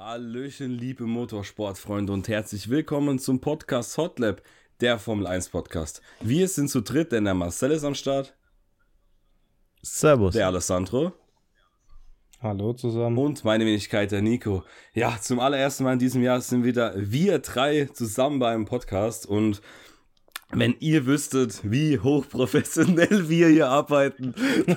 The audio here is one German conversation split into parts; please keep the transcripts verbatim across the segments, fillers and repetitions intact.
Hallöchen, liebe Motorsportfreunde und herzlich willkommen zum Podcast Hotlap, der Formel eins Podcast. Wir sind zu dritt, denn der Marcel ist am Start. Servus. Der Alessandro. Hallo zusammen. Und meine Wenigkeit, der Nico. Ja, zum allerersten Mal in diesem Jahr sind wieder wir drei zusammen beim Podcast und wenn ihr wüsstet, wie hochprofessionell wir hier arbeiten.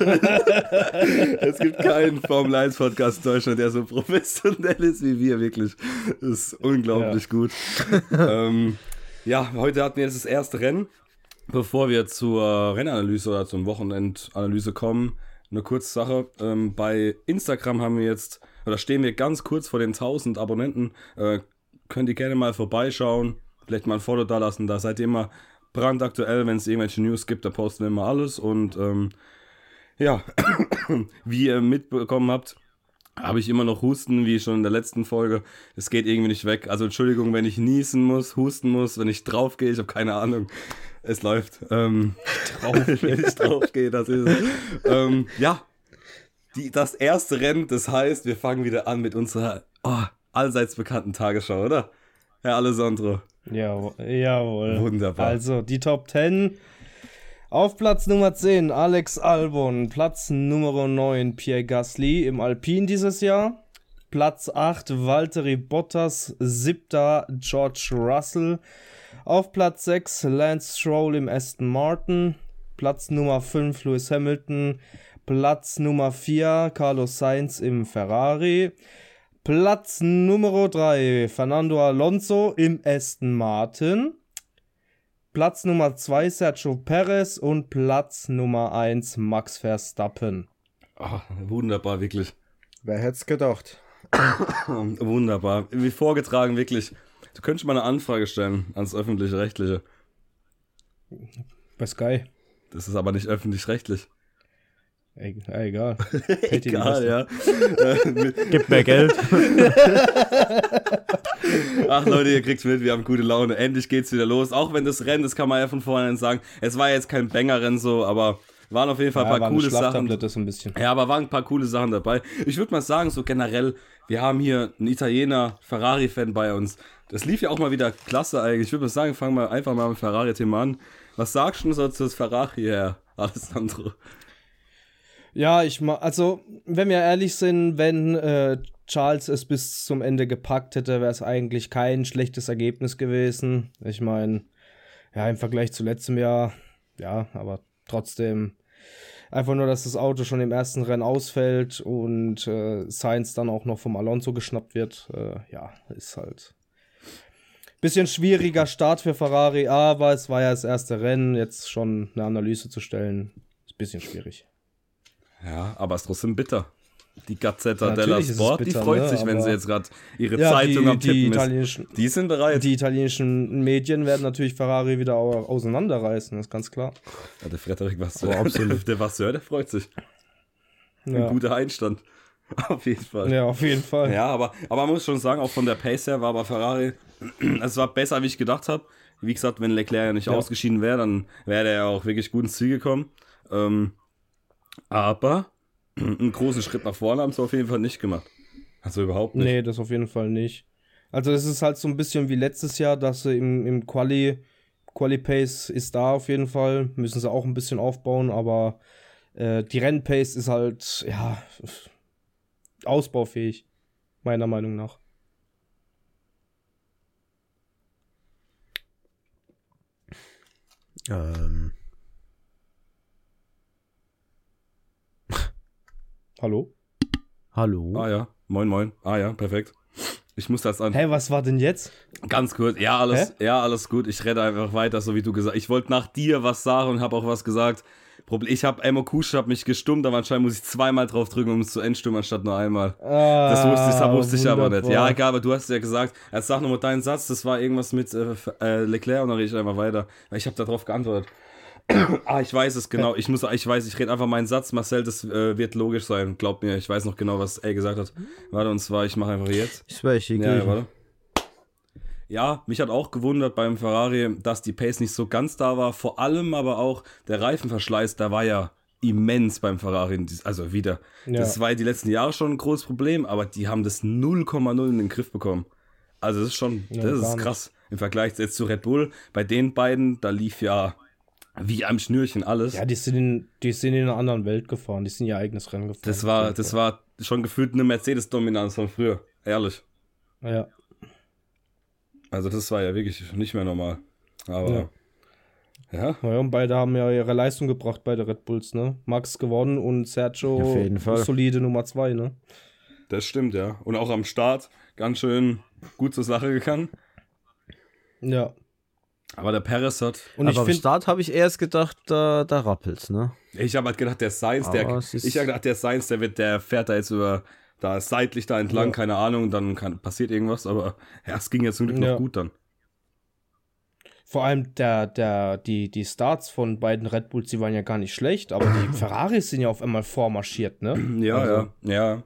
Es gibt keinen Formel eins Podcast in Deutschland, der so professionell ist wie wir, wirklich. Das ist unglaublich ja. gut. ähm, ja, heute hatten wir jetzt das erste Rennen. Bevor wir zur Rennanalyse oder zum Wochenendanalyse kommen, eine kurze Sache. Ähm, bei Instagram haben wir jetzt, oder stehen wir ganz kurz vor den tausend Abonnenten. Äh, könnt ihr gerne mal vorbeischauen, vielleicht mal ein Foto da lassen. Da seid ihr immer brandaktuell, wenn es irgendwelche News gibt, da posten wir immer alles. Und ähm, ja, wie ihr mitbekommen habt, habe ich immer noch Husten, wie schon in der letzten Folge. Es geht irgendwie nicht weg. Also Entschuldigung, wenn ich niesen muss, husten muss, wenn ich draufgehe, ich habe keine Ahnung. Es läuft. Ähm, wenn ich draufgehe, das ist es. ähm, ja, die, das erste Rennen, das heißt, wir fangen wieder an mit unserer oh, allseits bekannten Tagesschau, oder? Herr Alessandro. Ja, jawohl. Wunderbar. Also, die Top zehn. Auf Platz Nummer zehn, Alex Albon. Platz Nummer neun, Pierre Gasly im Alpine dieses Jahr. Platz acht, Valtteri Bottas. Siebter, George Russell. Auf Platz sechs, Lance Stroll im Aston Martin. Platz Nummer fünf, Lewis Hamilton. Platz Nummer vier, Carlos Sainz im Ferrari. Platz Nummer drei, Fernando Alonso im Aston Martin. Platz Nummer zwei, Sergio Perez. Und Platz Nummer eins, Max Verstappen. Oh, wunderbar, wirklich. Wer hätte es gedacht? Wunderbar. Wie vorgetragen, wirklich. Du könntest mal eine Anfrage stellen ans Öffentlich-Rechtliche. Bei Sky. Das ist aber nicht öffentlich-rechtlich. E- egal. Egal, ja. Gib mir Geld. Ach Leute, ihr kriegt mit, wir haben gute Laune. Endlich geht's wieder los. Auch wenn das Rennen, das kann man ja von vornherein sagen, es war jetzt kein Banger-Rennen so, aber waren auf jeden Fall ein ja, paar coole Sachen. So ein bisschen. Ja, aber waren ein paar coole Sachen dabei. Ich würde mal sagen, so generell, wir haben hier einen Italiener Ferrari-Fan bei uns. Das lief ja auch mal wieder klasse eigentlich. Ich würde mal sagen, fangen wir einfach mal mit Ferrari-Thema an. Was sagst du so zu das Ferrari, Herr Alessandro? Ja, ich ma- also, wenn wir ehrlich sind, wenn äh, Charles es bis zum Ende gepackt hätte, wäre es eigentlich kein schlechtes Ergebnis gewesen. Ich meine, ja, im Vergleich zu letztem Jahr, ja, aber trotzdem einfach nur, dass das Auto schon im ersten Rennen ausfällt und äh, Sainz dann auch noch vom Alonso geschnappt wird, äh, ja, ist halt bisschen schwieriger Start für Ferrari, aber es war ja das erste Rennen, jetzt schon eine Analyse zu stellen, ist ein bisschen schwierig. Ja, aber es ist trotzdem bitter. Die Gazzetta Ja, della natürlich ist es Sport, bitter, die freut ne, sich, wenn aber- sie jetzt gerade ihre Ja, Zeitung die- am die Tippen italienischen- ist. Die sind bereit. Die italienischen Medien werden natürlich Ferrari wieder au- auseinanderreißen, das ist ganz klar. Ja, der Frederik Vasseur, Aber absolut. der Vasseur, der freut sich. Ein Ja, guter Einstand. Auf jeden Fall. ja auf jeden Fall. Ja, aber, aber man muss schon sagen, auch von der Pace her war aber Ferrari, es war besser, wie ich gedacht habe. Wie gesagt, wenn Leclerc ja nicht Ja. ausgeschieden wäre, dann wäre der ja auch wirklich gut ins Ziel gekommen. Ähm, aber einen großen Schritt nach vorne haben sie auf jeden Fall nicht gemacht. Also überhaupt nicht. Nee, das auf jeden Fall nicht. Also es ist halt so ein bisschen wie letztes Jahr, dass sie im, im Quali, Quali-Pace ist da auf jeden Fall, müssen sie auch ein bisschen aufbauen, aber äh, die Rennpace ist halt, ja, ausbaufähig, meiner Meinung nach. Ähm, Hallo? hallo? Ah ja, moin moin. Ah ja, perfekt. Ich muss das an. Hä, was war denn jetzt? Ganz kurz. Ja, alles, ja, alles gut. Ich rede einfach weiter, so wie du gesagt hast. Ich wollte nach dir was sagen und habe auch was gesagt. Problem, ich habe Emo Kusch, habe mich gestummt, aber anscheinend muss ich zweimal drauf drücken, um es zu entstimmen, anstatt nur einmal. Ah, Das wusste ich, das wusste ich aber nicht. wunderbar. Ja, egal, aber du hast ja gesagt, jetzt sag nochmal deinen Satz, das war irgendwas mit äh, äh, Leclerc und dann rede ich einfach weiter. Weil ich habe darauf geantwortet. Ah, ich weiß es genau. Ich muss, ich weiß, ich rede einfach meinen Satz. Marcel, das äh, wird logisch sein. Glaubt mir, ich weiß noch genau, was er gesagt hat. Warte, und zwar, ich mache einfach jetzt. Ich weiß, ich Ja, ja, warte. Ja, mich hat auch gewundert beim Ferrari, dass die Pace nicht so ganz da war. Vor allem aber auch der Reifenverschleiß, da war ja immens beim Ferrari. Also wieder, ja. Das war die letzten Jahre schon ein großes Problem, aber die haben das null Komma null in den Griff bekommen. Also das ist schon, ja, das ist krass. Im Vergleich jetzt zu Red Bull, bei den beiden, da lief ja wie am Schnürchen alles. Ja, die sind in, die sind in einer anderen Welt gefahren, die sind ihr eigenes Rennen gefahren. Das war, das war schon gefühlt eine Mercedes-Dominanz von früher, ehrlich. Ja. Also das war ja wirklich nicht mehr normal. Aber ja. Ja. Ja, und beide haben ja ihre Leistung gebracht bei der Red Bulls, ne? Max gewonnen und Sergio auf jeden Fall. Solide Nummer zwei, ne? Das stimmt, ja. Und auch am Start ganz schön gut zur Sache gegangen. Ja. Aber der Perez hat... Und aber ich am find, Start habe ich erst gedacht, da, da rappelt's, ne? Ich habe halt gedacht, der Sainz, der... Ich habe gedacht, der Sainz, der wird, der fährt da jetzt über... Da seitlich da entlang, ja. keine Ahnung, dann kann, passiert irgendwas, aber ja, es ging ja zum Glück ja. noch gut dann. Vor allem der, der, die, die Starts von beiden Red Bulls, die waren ja gar nicht schlecht, aber die Ferraris sind ja auf einmal vormarschiert, ne? Ja, also, ja, ja.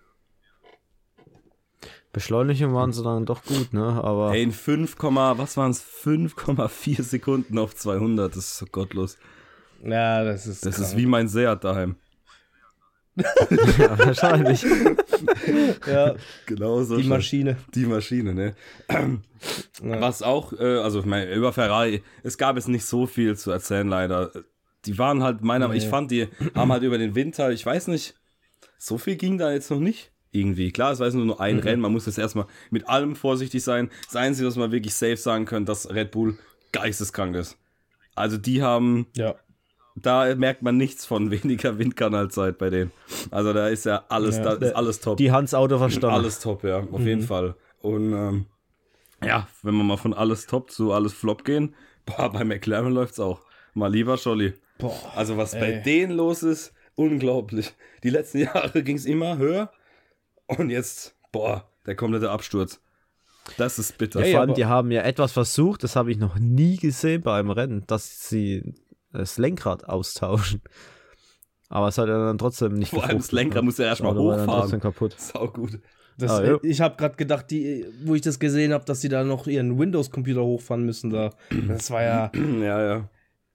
Beschleunigung waren sie dann doch gut, ne? Aber hey, in fünf, was waren es? fünf Komma vier Sekunden auf zweihundert, das ist so gottlos. Ja, das ist Das krank. Ist wie mein Seat daheim. Ja, wahrscheinlich. Ja, genau so. Die schon. Maschine. Die Maschine, ne? Ja. Was auch, äh, also ich meine, über Ferrari, es gab jetzt nicht so viel zu erzählen, leider. Die waren halt meiner, nee. ich fand, die haben halt über den Winter, ich weiß nicht, so viel ging da jetzt noch nicht. Irgendwie. Klar, es war jetzt nur, nur ein mhm. Rennen, man muss jetzt erstmal mit allem vorsichtig sein. Das Einzige, was man wirklich safe sagen können, dass Red Bull geisteskrank ist. Also die haben... Ja. Da merkt man nichts von weniger Windkanalzeit bei denen. Also da ist ja alles, ja, da ist alles top. Die Hans Auto verstanden. Alles top, ja, auf mhm. jeden Fall. Und ähm, ja, wenn wir mal von alles top zu alles flop gehen, boah, bei McLaren läuft's auch. Mal lieber Scholli. Boah, also was ey. bei denen los ist, unglaublich. Die letzten Jahre ging's immer höher und jetzt, boah, der komplette Absturz. Das ist bitter. Ja, vor allem, die haben ja etwas versucht, das habe ich noch nie gesehen bei einem Rennen, dass sie das Lenkrad austauschen. Aber es hat ja dann trotzdem nicht Vor allem das Lenkrad muss ja erstmal hochfahren. Kaputt. Sau gut. Das, ah, ja. Ich habe gerade gedacht, die, wo ich das gesehen habe, dass sie da noch ihren Windows-Computer hochfahren müssen. Da. Das war ja... ja, ja.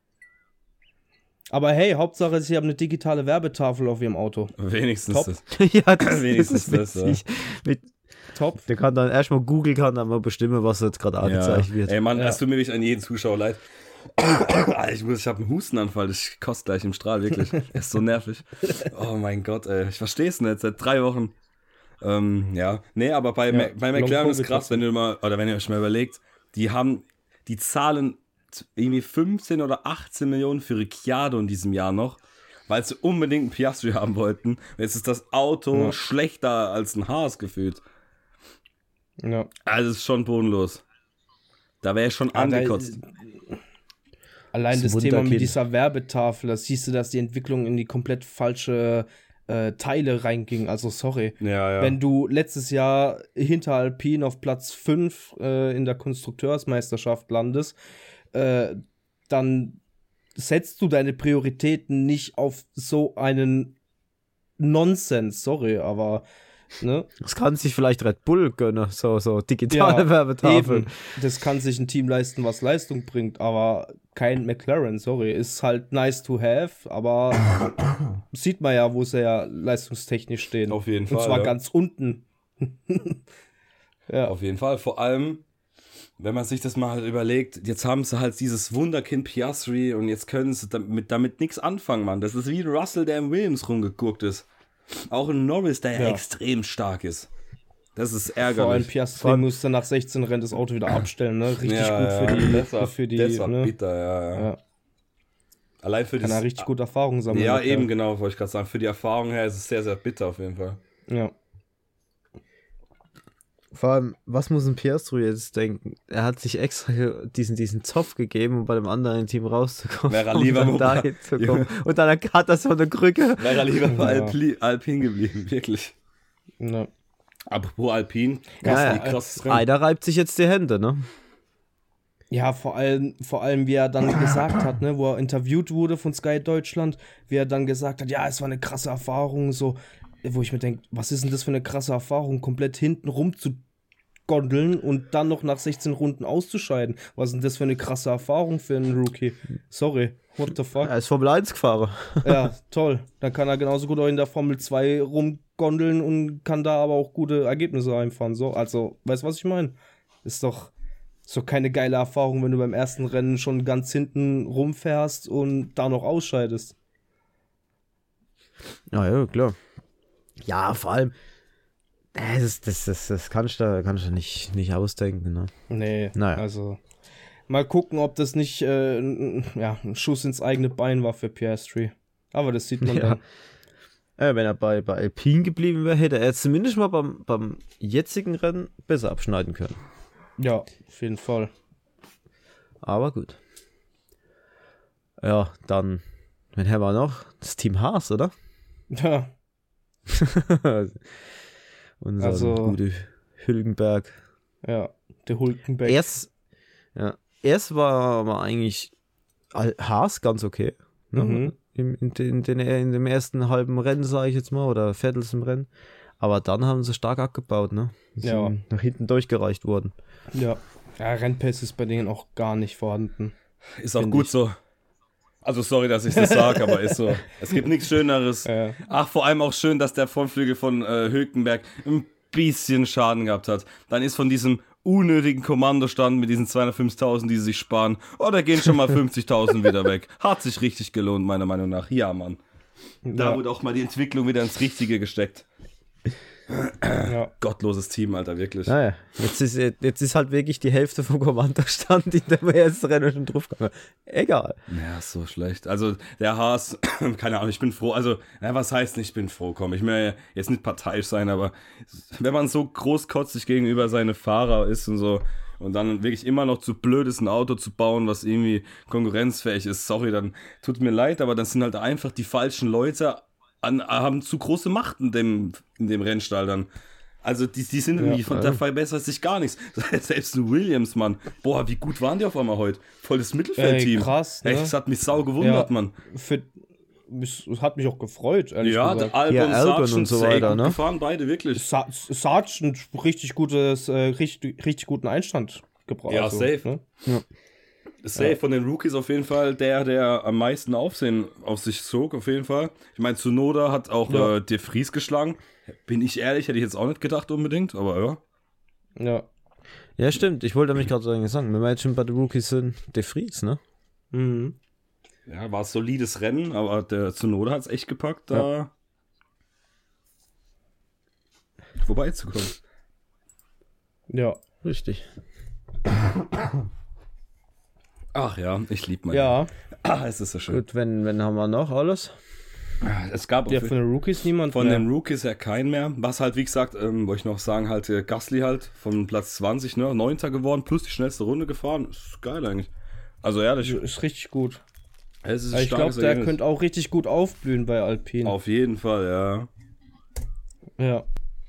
Aber hey, Hauptsache, sie haben eine digitale Werbetafel auf ihrem Auto. Wenigstens Top. das. ja, das, Wenigstens das ist das. Ja. Mit Top. Der kann dann erstmal Google kann dann mal bestimmen, was jetzt gerade angezeigt ja. wird. Ey Mann, ja. es tut mir wirklich an jeden Zuschauer leid. ich muss, ich habe einen Hustenanfall, ich koste gleich im Strahl, wirklich. Er ist so nervig. Oh mein Gott, ey. Ich verstehe es nicht, seit drei Wochen. Ähm, ja. Nee, aber bei, ja, bei McLaren ist krass, wenn du mal, oder wenn ihr euch mal überlegt, die haben, die zahlen irgendwie fünfzehn oder achtzehn Millionen für Ricciardo in diesem Jahr noch, weil sie unbedingt einen Piastri haben wollten. Jetzt ist das Auto ja. schlechter als ein Haas gefühlt. Ja. Also es ist schon bodenlos. Da wäre ich schon ja, angekotzt. Da, allein das, das Thema mit dieser Werbetafel, da siehst du, dass die Entwicklung in die komplett falsche äh, Teile reinging. Also sorry. Ja, ja. Wenn du letztes Jahr hinter Alpine auf Platz fünf äh, in der Konstrukteursmeisterschaft landest, äh, dann setzt du deine Prioritäten nicht auf so einen Nonsens. Sorry, aber ne? Das kann sich vielleicht Red Bull gönnen, so, so digitale ja, Werbetafeln. Eben. Das kann sich ein Team leisten, was Leistung bringt, aber kein McLaren, sorry. Ist halt nice to have, aber sieht man ja, wo sie ja leistungstechnisch stehen. Auf jeden Fall. Und zwar ja. ganz unten. Ja. Auf jeden Fall. Vor allem, wenn man sich das mal halt überlegt, jetzt haben sie halt dieses Wunderkind Piastri und jetzt können sie damit, damit nichts anfangen, Mann. Das ist wie Russell, der im Williams rumgeguckt ist. Auch ein Norris, der ja, ja extrem stark ist. Das ist ärgerlich. Vor allem Piastri musste nach sechzehn Rennen das Auto wieder abstellen, ne? Richtig ja, gut für die. Das war, für die, das war ne? bitter, ja, ja. ja. Allein für Kann er richtig gut Erfahrung sammeln. Ja, eben, genau, wollte ich gerade sagen. Für die Erfahrung her ist es sehr, sehr bitter auf jeden Fall. Ja. Vor allem, was muss ein Piastri jetzt denken? Er hat sich extra diesen, diesen Zoff gegeben, um bei dem anderen Team rauszukommen. Wäre er lieber um da hinzukommen. Und dann hat er so eine Krücke. Wäre er lieber bei ja. Alpin, Alpin geblieben, wirklich. Ja. Apropos Alpin, ja, ja, krass äh, einer reibt sich jetzt die Hände, ne? Ja, vor allem, vor allem, wie er dann gesagt hat, ne, wo er interviewt wurde von Sky Deutschland, wie er dann gesagt hat, ja, es war eine krasse Erfahrung, so, wo ich mir denke, was ist denn das für eine krasse Erfahrung, komplett hinten rum zu rumgondeln und dann noch nach sechzehn Runden auszuscheiden. Was ist denn das für eine krasse Erfahrung für einen Rookie? Sorry, what the fuck? Er ist Formel eins Fahrer. Ja, toll. Dann kann er genauso gut auch in der Formel zwei rumgondeln und kann da aber auch gute Ergebnisse einfahren. So, also, weißt du, was ich meine? Ist doch, ist doch keine geile Erfahrung, wenn du beim ersten Rennen schon ganz hinten rumfährst und da noch ausscheidest. Ja, ja, klar. Ja, vor allem, äh, das, das, das, das kannst du, kannst du nicht, nicht ausdenken. Ne? Nee, naja. Also mal gucken, ob das nicht äh, ein, ja, ein Schuss ins eigene Bein war für Piastri. Aber das sieht man ja. dann. Äh, wenn er bei, bei Alpine geblieben wäre, hätte er zumindest mal beim, beim jetzigen Rennen besser abschneiden können. Ja, auf jeden Fall. Aber gut. Ja, dann, wen haben wir noch? Das Team Haas, oder? Ja. Unser Also- gute Hülkenberg. Ja, der Hulkenberg. Erst, ja, erst war, war eigentlich Al- Haas ganz okay. Ne? Mhm. In, in, den, in, den, in dem ersten halben Rennen, sage ich jetzt mal, oder Viertels im Rennen. Aber dann haben sie stark abgebaut, ne? Sind Ja. nach hinten durchgereicht worden. Ja. Ja, Rennpace ist bei denen auch gar nicht vorhanden. Ist auch Find gut ich. so. Also sorry, dass ich das sage, aber ist so. Es gibt nichts Schöneres. Ja. Ach, vor allem auch schön, dass der Frontflügel von äh, Hülkenberg ein bisschen Schaden gehabt hat. Dann ist von diesem unnötigen Kommandostand mit diesen zweihundertfünfzigtausend, die sie sich sparen, oh, da gehen schon mal fünfzigtausend wieder weg. Hat sich richtig gelohnt, meiner Meinung nach. Ja, Mann. Da Ja. wurde auch mal die Entwicklung wieder ins Richtige gesteckt. Ja. Gottloses Team, Alter, wirklich. Naja, jetzt ist, jetzt ist halt wirklich die Hälfte vom Kommandostand in dem ersten Rennen schon draufgegangen. Egal. Ja, ist so schlecht. Also der Haas, keine Ahnung, ich bin froh. Also, ja, was heißt nicht, ich bin froh, komm. Ich will jetzt nicht parteiisch sein, aber wenn man so großkotzig gegenüber seine Fahrer ist und so und dann wirklich immer noch zu blöd ist, ein Auto zu bauen, was irgendwie konkurrenzfähig ist, sorry, dann tut mir leid, aber das sind halt einfach die falschen Leute, an, haben zu große Macht in dem, in dem Rennstall dann. Also die, die sind irgendwie, Ja, von ja. der verbessert sich gar nichts. Selbst ein Williams, Mann. Boah, wie gut waren die auf einmal heute? Volles Mittelfeldteam. Ey, krass, ne? Echt, das hat mich sau gewundert, Ja. Mann. Für, es hat mich auch gefreut, ehrlich Ja, gesagt. der Albon, Ja, Albon Sargent, und so sehr weiter, gut ne? gefahren, beide wirklich. Sa Sargent richtig gutes, äh, richtig, richtig guten Einstand gebraucht. Ja, safe. Ne? Safe Ja. von den Rookies auf jeden Fall der, der am meisten Aufsehen auf sich zog, auf jeden Fall. Ich meine, Tsunoda hat auch Ja. äh, De Vries geschlagen. Bin ich ehrlich, hätte ich jetzt auch nicht gedacht unbedingt, aber ja. Ja. Ja, stimmt. Ich wollte nämlich gerade sagen, wenn wir jetzt schon bei den Rookies sind, De Vries, ne? Mhm. Ja, war ein solides Rennen, aber der Tsunoda hat es echt gepackt, da vorbeizukommen. Ja. Richtig. Ach ja, ich liebe mein. Ja. Ah, es ist so schön. Gut, wenn, wenn haben wir noch alles? Es gab Ja, auf- von den Rookies niemand Von mehr. den Rookies her kein mehr. Was halt, wie gesagt, ähm, wollte ich noch sagen, halt äh, Gasly halt von Platz zwanzig, ne, neunter geworden, plus die schnellste Runde gefahren. Ist geil eigentlich. Also ehrlich, Ist richtig gut. es ist ein Aber ich glaube, starkes der Ergebnis. könnte auch richtig gut aufblühen bei Alpine. Auf jeden Fall, ja. Ja.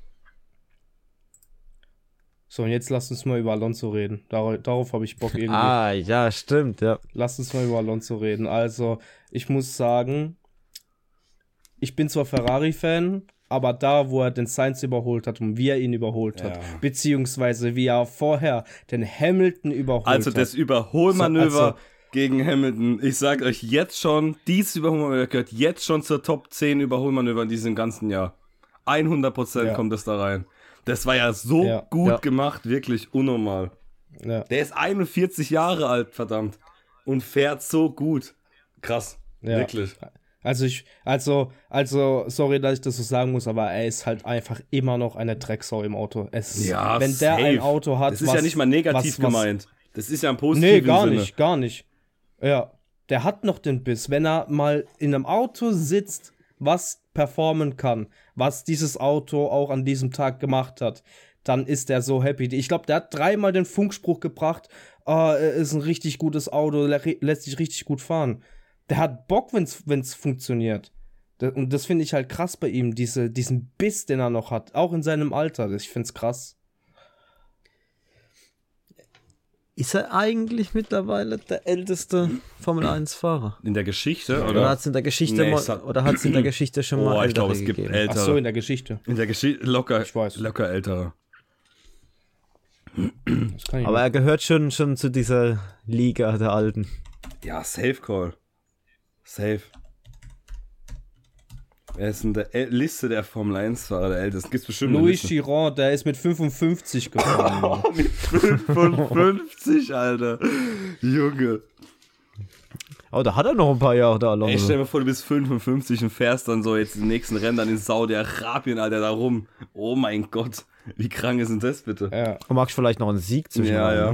So, und jetzt lasst uns mal über Alonso reden. Dar darauf habe ich Bock irgendwie. Ah, ja, stimmt, ja. Lasst uns mal über Alonso reden. Also, ich muss sagen, ich bin zwar Ferrari-Fan, aber da, wo er den Sainz überholt hat und wie er ihn überholt hat, Ja. beziehungsweise wie er vorher den Hamilton überholt Also hat. das Überholmanöver So, also- gegen Hamilton, ich sag euch jetzt schon, dieses Überholmanöver gehört jetzt schon zur Top zehn Überholmanöver in diesem ganzen Jahr. hundert Prozent Ja. kommt das da rein. Das war ja so Ja. gut Ja. gemacht, wirklich unnormal. Ja, Der ist einundvierzig Jahre alt, verdammt. Und fährt so gut. Krass. Ja. Wirklich. also ich, also, also, sorry, dass ich das so sagen muss, aber er ist halt einfach immer noch eine Drecksau im Auto. Es, Ja, wenn der safe. ein Auto hat, Das ist was, ja nicht mal negativ was, was, gemeint. Das ist ja ein positiver Nee, gar Sinne. nicht, gar nicht. Ja, der hat noch den Biss. Wenn er mal in einem Auto sitzt, was performen kann, was dieses Auto auch an diesem Tag gemacht hat, dann ist er so happy. Ich glaube, der hat dreimal den Funkspruch gebracht, ah, er ist ein richtig gutes Auto, lä- lässt sich richtig gut fahren. Der hat Bock, wenn's, wenn's funktioniert. Da- Und das finde ich halt krass bei ihm, diese, diesen Biss, den er noch hat, auch in seinem Alter. Ich finde es krass. Ist er eigentlich mittlerweile der älteste Formel eins Fahrer? In der Geschichte, Oder oder? hat es in der Geschichte Nee, mal, es hat- oder hat es in der Geschichte schon mal Oh, ich ältere glaube, es gibt gegeben? ältere. Ach so, in der Geschichte. In der Geschichte locker, Ich weiß. locker ältere. Das kann ich Aber nicht. er gehört schon, schon zu dieser Liga der Alten. Ja, Safe Call. Safe. Wer ist in der El- Liste der Formel eins Fahrer der Ältesten? Gibt's bestimmt eine Louis Liste. Chiron, der ist mit fünfundfünfzig gefahren. Mit fünfundfünfzig, Alter. Junge. Oh, da hat er noch ein paar Jahre, der Ey, Alonso. stell dir mal vor, du bist fünfundfünfzig und fährst dann so jetzt den nächsten Rennen dann in Saudi-Arabien, Alter, da rum. Oh mein Gott. Wie krank ist denn das bitte? Ja. Du magst vielleicht noch einen Sieg zwischen Ja, allen, ja. ne?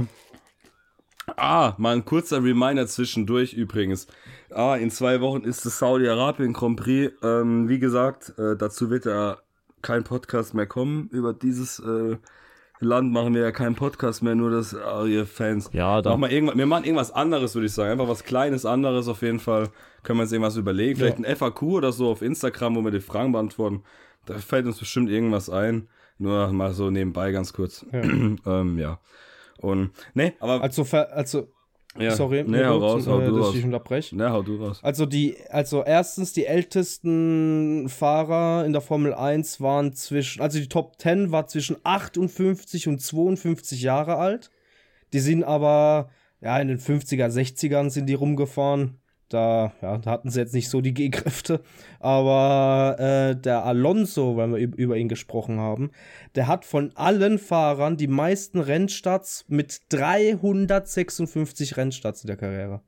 Ah, mal ein kurzer Reminder zwischendurch übrigens. Ah, in zwei Wochen ist das Saudi-Arabien Grand Prix. Ähm, wie gesagt, äh, dazu wird ja kein Podcast mehr kommen. Über dieses äh, Land machen wir ja keinen Podcast mehr, nur das, oh, ihr Fans. Ja, da. Mach mal irgendwas, wir machen irgendwas anderes, würde ich sagen. Einfach was Kleines, anderes auf jeden Fall. Können wir uns irgendwas überlegen. Vielleicht Ja. ein F A Q oder so auf Instagram, wo wir die Fragen beantworten. Da fällt uns bestimmt irgendwas ein. Nur mal so nebenbei ganz kurz. Ja. ähm, ja. Und, nee, aber... Also, ver- also ja, sorry, nee, hau raus, zum, hau äh, du dass raus. ich unterbreche. Ne, hau du raus. Also die, also erstens die ältesten Fahrer in der Formel eins waren zwischen, also die Top zehn war zwischen achtundfünfzig und zweiundfünfzig Jahre alt. Die sind aber, ja, in den fünfziger, sechzigern sind die rumgefahren. Da, ja, da hatten sie jetzt nicht so die Gehkräfte. Aber äh, der Alonso, weil wir üb- über ihn gesprochen haben, der hat von allen Fahrern die meisten Rennstarts mit dreihundertsechsundfünfzig Rennstarts in der Karriere.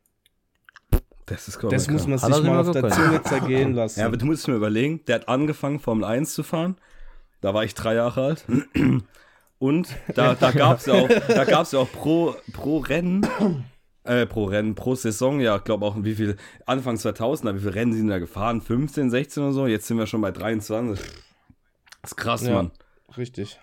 Das ist Das muss man Hat er sich sich mal mal auf der gegönnt. Zunge zergehen lassen. Ja, aber du musst mir überlegen, der hat angefangen, Formel eins zu fahren. Da war ich drei Jahre alt. Und da, da gab es ja auch, da gab's ja auch pro, pro Rennen, äh, pro Rennen, pro Saison, ja, ich glaube auch, wie viel, Anfang zweitausender, wie viele Rennen sind da gefahren? fünfzehn, sechzehn oder so? Jetzt sind wir schon bei dreiundzwanzig. Das ist krass, Ja. Mann. Richtig.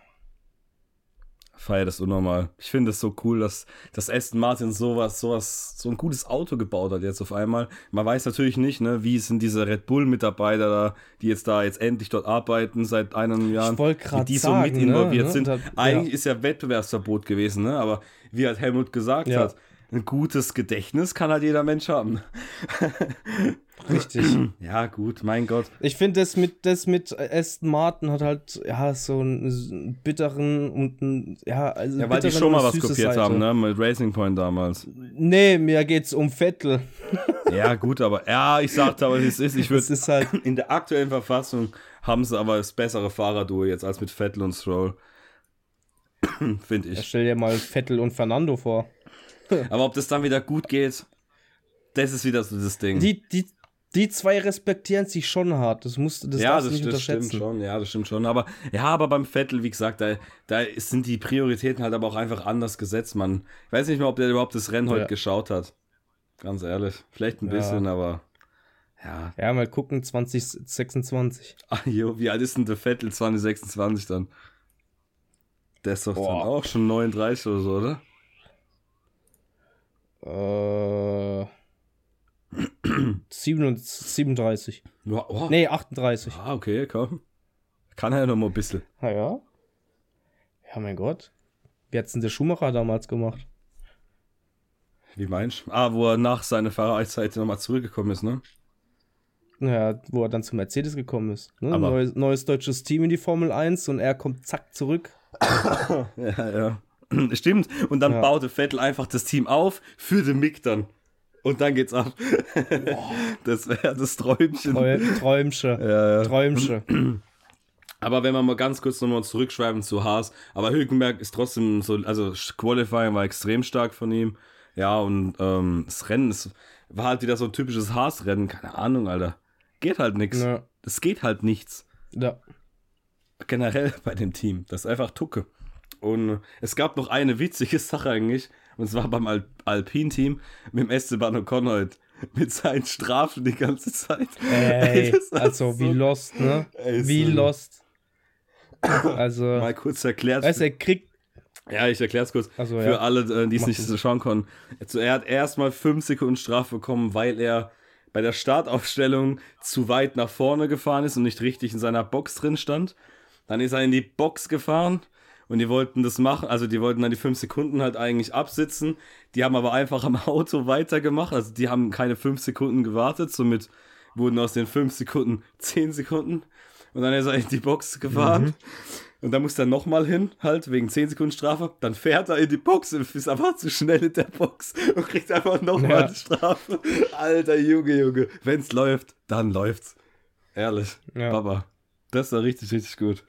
Feier das unnormal. Ich finde es so cool, dass, dass Aston Martin sowas, sowas, so ein gutes Auto gebaut hat jetzt auf einmal. Man weiß natürlich nicht, ne, wie sind diese Red Bull-Mitarbeiter da, die jetzt da jetzt endlich dort arbeiten seit einem Jahr, Ich wollte wie gerade die sagen, so mit involviert ne, sind. ne, da- Eigentlich ja. ist ja Wettbewerbsverbot gewesen, ne, aber wie halt Helmut gesagt Ja. hat, ein gutes Gedächtnis kann halt jeder Mensch haben. Richtig. Ja, gut, mein Gott. Ich finde, das mit, das mit Aston Martin hat halt, ja, so einen, so einen bitteren und einen, ja, also Ja, weil die bitteren schon mal und was süße kopiert Seite. haben, ne, mit Racing Point damals. Nee, mir geht's um Vettel. Ja, gut, aber, ja, ich sagte aber, wie es ist, ich würde Das ist halt, in der aktuellen Verfassung haben sie aber das bessere Fahrerduo jetzt als mit Vettel und Stroll. Finde ja, ich. stell dir mal Vettel und Fernando vor. Aber ob das dann wieder gut geht, das ist wieder so das Ding. Die, die, die zwei respektieren sich schon hart. Das musst das ja, darfst du das, nicht das unterschätzen. stimmt schon. Ja, das stimmt schon. Aber ja, aber beim Vettel, wie gesagt, da, da sind die Prioritäten halt aber auch einfach anders gesetzt, Mann. Ich weiß nicht mehr, ob der überhaupt das Rennen heute Ja. geschaut hat. Ganz ehrlich. Vielleicht ein Ja. bisschen, aber ja. Ja, mal gucken, zwanzig sechsundzwanzig. Ach jo, wie alt ist denn der Vettel zwanzig sechsundzwanzig dann? Der ist doch Boah. dann auch schon neununddreißig oder so, oder? Äh, siebenunddreißig. Ja, oh. Nee, achtunddreißig. Ah, okay, komm. Kann er ja noch mal ein bisschen. Na ja. Ja, mein Gott. Wie hat's denn der Schumacher damals gemacht? Wie meinst du? Ah, wo er nach seiner Fahrerzeit nochmal zurückgekommen ist, ne? Naja, wo er dann zu Mercedes gekommen ist. Ne? Aber- Neues, neues deutsches Team in die Formel eins und er kommt zack zurück. Ja, ja. Stimmt. Und dann Ja. baute Vettel einfach das Team auf für den Mick dann. Und dann geht's ab. Das wäre das Träumchen. Treu, Träumsche. Ja, ja. Träumsche. Aber wenn wir mal ganz kurz nochmal zurückschreiben zu Haas, aber Hülkenberg ist trotzdem so, also Qualifying war extrem stark von ihm. Ja, und ähm, das Rennen ist, war halt wieder so ein typisches Haas-Rennen. Keine Ahnung, Alter. Geht halt nichts. Ja. Es geht halt nichts. Ja. Generell bei dem Team. Das ist einfach Tucke. Und es gab noch eine witzige Sache eigentlich. Und zwar beim Al- Alpine-Team mit dem Esteban Ocon heute. Mit seinen Strafen die ganze Zeit. Ey, Das war also wie so- lost, ne? Ey, Wie so- lost. Also, Mal kurz erklärt. weißt du, er kriegt, Ja, ich erkläre es kurz. Also, für ja. alle, äh, die es Mach nicht das. so schauen konnten. Also, er hat erstmal fünf Sekunden Strafe bekommen, weil er bei der Startaufstellung zu weit nach vorne gefahren ist und nicht richtig in seiner Box drin stand. Dann ist er in die Box gefahren und die wollten das machen, also die wollten dann die fünf Sekunden halt eigentlich absitzen. Die haben aber einfach am Auto weitergemacht, also die haben keine fünf Sekunden gewartet, somit wurden aus den fünf Sekunden zehn Sekunden und dann ist er in die Box gefahren. Und dann muss er nochmal hin, halt, wegen zehn Sekunden Strafe. Dann fährt er in die Box und ist einfach zu schnell in der Box und kriegt einfach nochmal Ja. die Strafe. Alter Junge, Junge. Wenn's läuft, dann läuft's. Ehrlich. Ja. Papa. Das war richtig, richtig gut.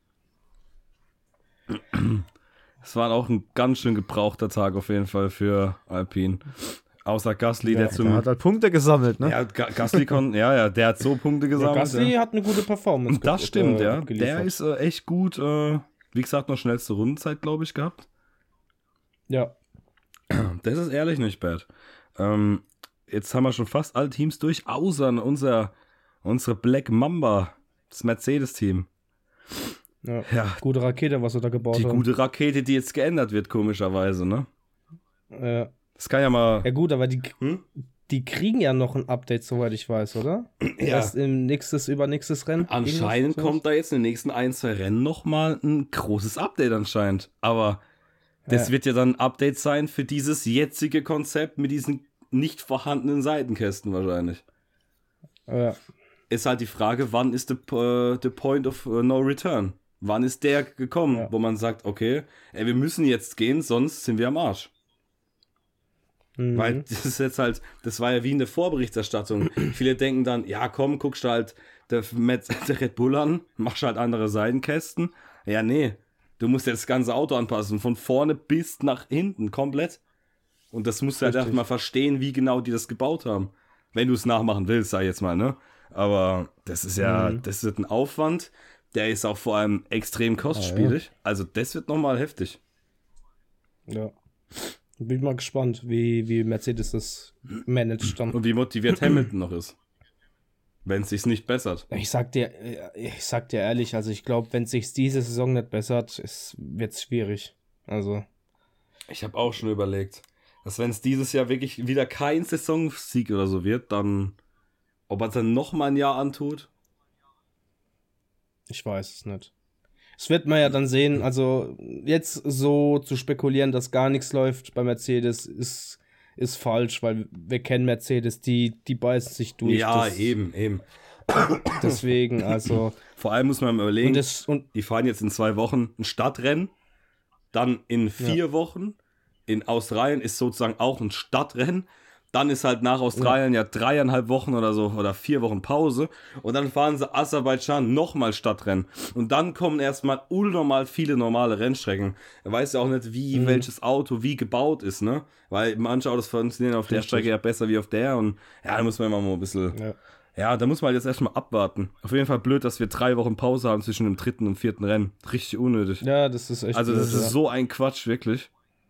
Es war auch ein ganz schön gebrauchter Tag auf jeden Fall für Alpine. Außer Gasly, Ja, der Der zum... hat halt Punkte gesammelt, ne? Ja, Ga- Gasly kon, ja, ja, der hat so Punkte Ja, gesammelt. Gasly ja. hat eine gute Performance. Und das ge- stimmt, äh, ja. geliefert. Der ist äh, echt gut, äh, wie gesagt, noch schnellste Rundenzeit, glaube ich, gehabt. Ja. Das ist ehrlich nicht bad. Ähm, jetzt haben wir schon fast alle Teams durch, außer unser, unsere Black Mamba, das Mercedes-Team. ja. Ja, Gute Rakete, was sie da gebaut die haben. gute Rakete, die jetzt geändert wird, komischerweise, ne? Ja. Das kann ja mal... ja gut, aber die, Hm? die kriegen ja noch ein Update, soweit ich weiß, oder? Ja. Erst im nächstes, übernächstes Rennen. Anscheinend Irgendwas? kommt da jetzt in den nächsten ein, zwei Rennen nochmal ein großes Update anscheinend. Aber das Ja. wird ja dann ein Update sein für dieses jetzige Konzept mit diesen nicht vorhandenen Seitenkästen wahrscheinlich. Ja. Ist halt die Frage, wann ist the, uh, the point of uh, no return? Wann ist der gekommen, Ja. wo man sagt, okay, ey, wir müssen jetzt gehen, sonst sind wir am Arsch. Mhm. Weil das ist jetzt halt, das war ja wie eine Vorberichterstattung. Viele denken dann, ja komm, guckst du halt der, Met- der Red Bull an, machst halt andere Seitenkästen. Ja, nee, du musst jetzt das ganze Auto anpassen, von vorne bis nach hinten, komplett. Und das musst du halt Richtig. erstmal verstehen, wie genau die das gebaut haben. Wenn du es nachmachen willst, sag ich jetzt mal, ne? Aber das ist ja, Mhm. das wird ein Aufwand, der ist auch vor allem extrem kostspielig. Also das wird nochmal heftig. Ja. Bin ich mal gespannt, wie, wie Mercedes das managt dann. Und wie motiviert Hamilton noch ist. Wenn es sich nicht bessert. Ich sag dir, ich sag dir ehrlich, also ich glaube, wenn es sich diese Saison nicht bessert, wird es schwierig. Also, Ich habe auch schon überlegt, dass wenn es dieses Jahr wirklich wieder kein Saisonsieg oder so wird, dann, ob er es dann nochmal ein Jahr antut. ich weiß es nicht. Das wird man ja dann sehen. Also, jetzt so zu spekulieren, dass gar nichts läuft bei Mercedes, ist, ist falsch, weil wir kennen Mercedes, die, die beißen sich durch. Ja, das, eben, eben. Deswegen, also. Vor allem muss man mal Und überlegen, das, und, die fahren jetzt in zwei Wochen ein Stadtrennen, dann in vier Wochen, in Australien ist sozusagen auch ein Stadtrennen, dann ist halt nach Australien ja, dreieinhalb Wochen oder so oder vier Wochen Pause und dann fahren sie Aserbaidschan nochmal Stadtrennen und dann kommen erstmal unnormal viele normale Rennstrecken. Er weiß ja auch nicht, wie Mhm. welches Auto wie gebaut ist, ne? Weil manche Autos funktionieren auf der Richtig. Strecke ja besser wie auf der und ja, da muss man immer mal ein bisschen... ja. Ja, da muss man halt jetzt erstmal abwarten. Auf jeden Fall blöd, dass wir drei Wochen Pause haben zwischen dem dritten und vierten Rennen. Richtig unnötig. ja, das ist echt. also das blöd, ist ja. so ein Quatsch, wirklich.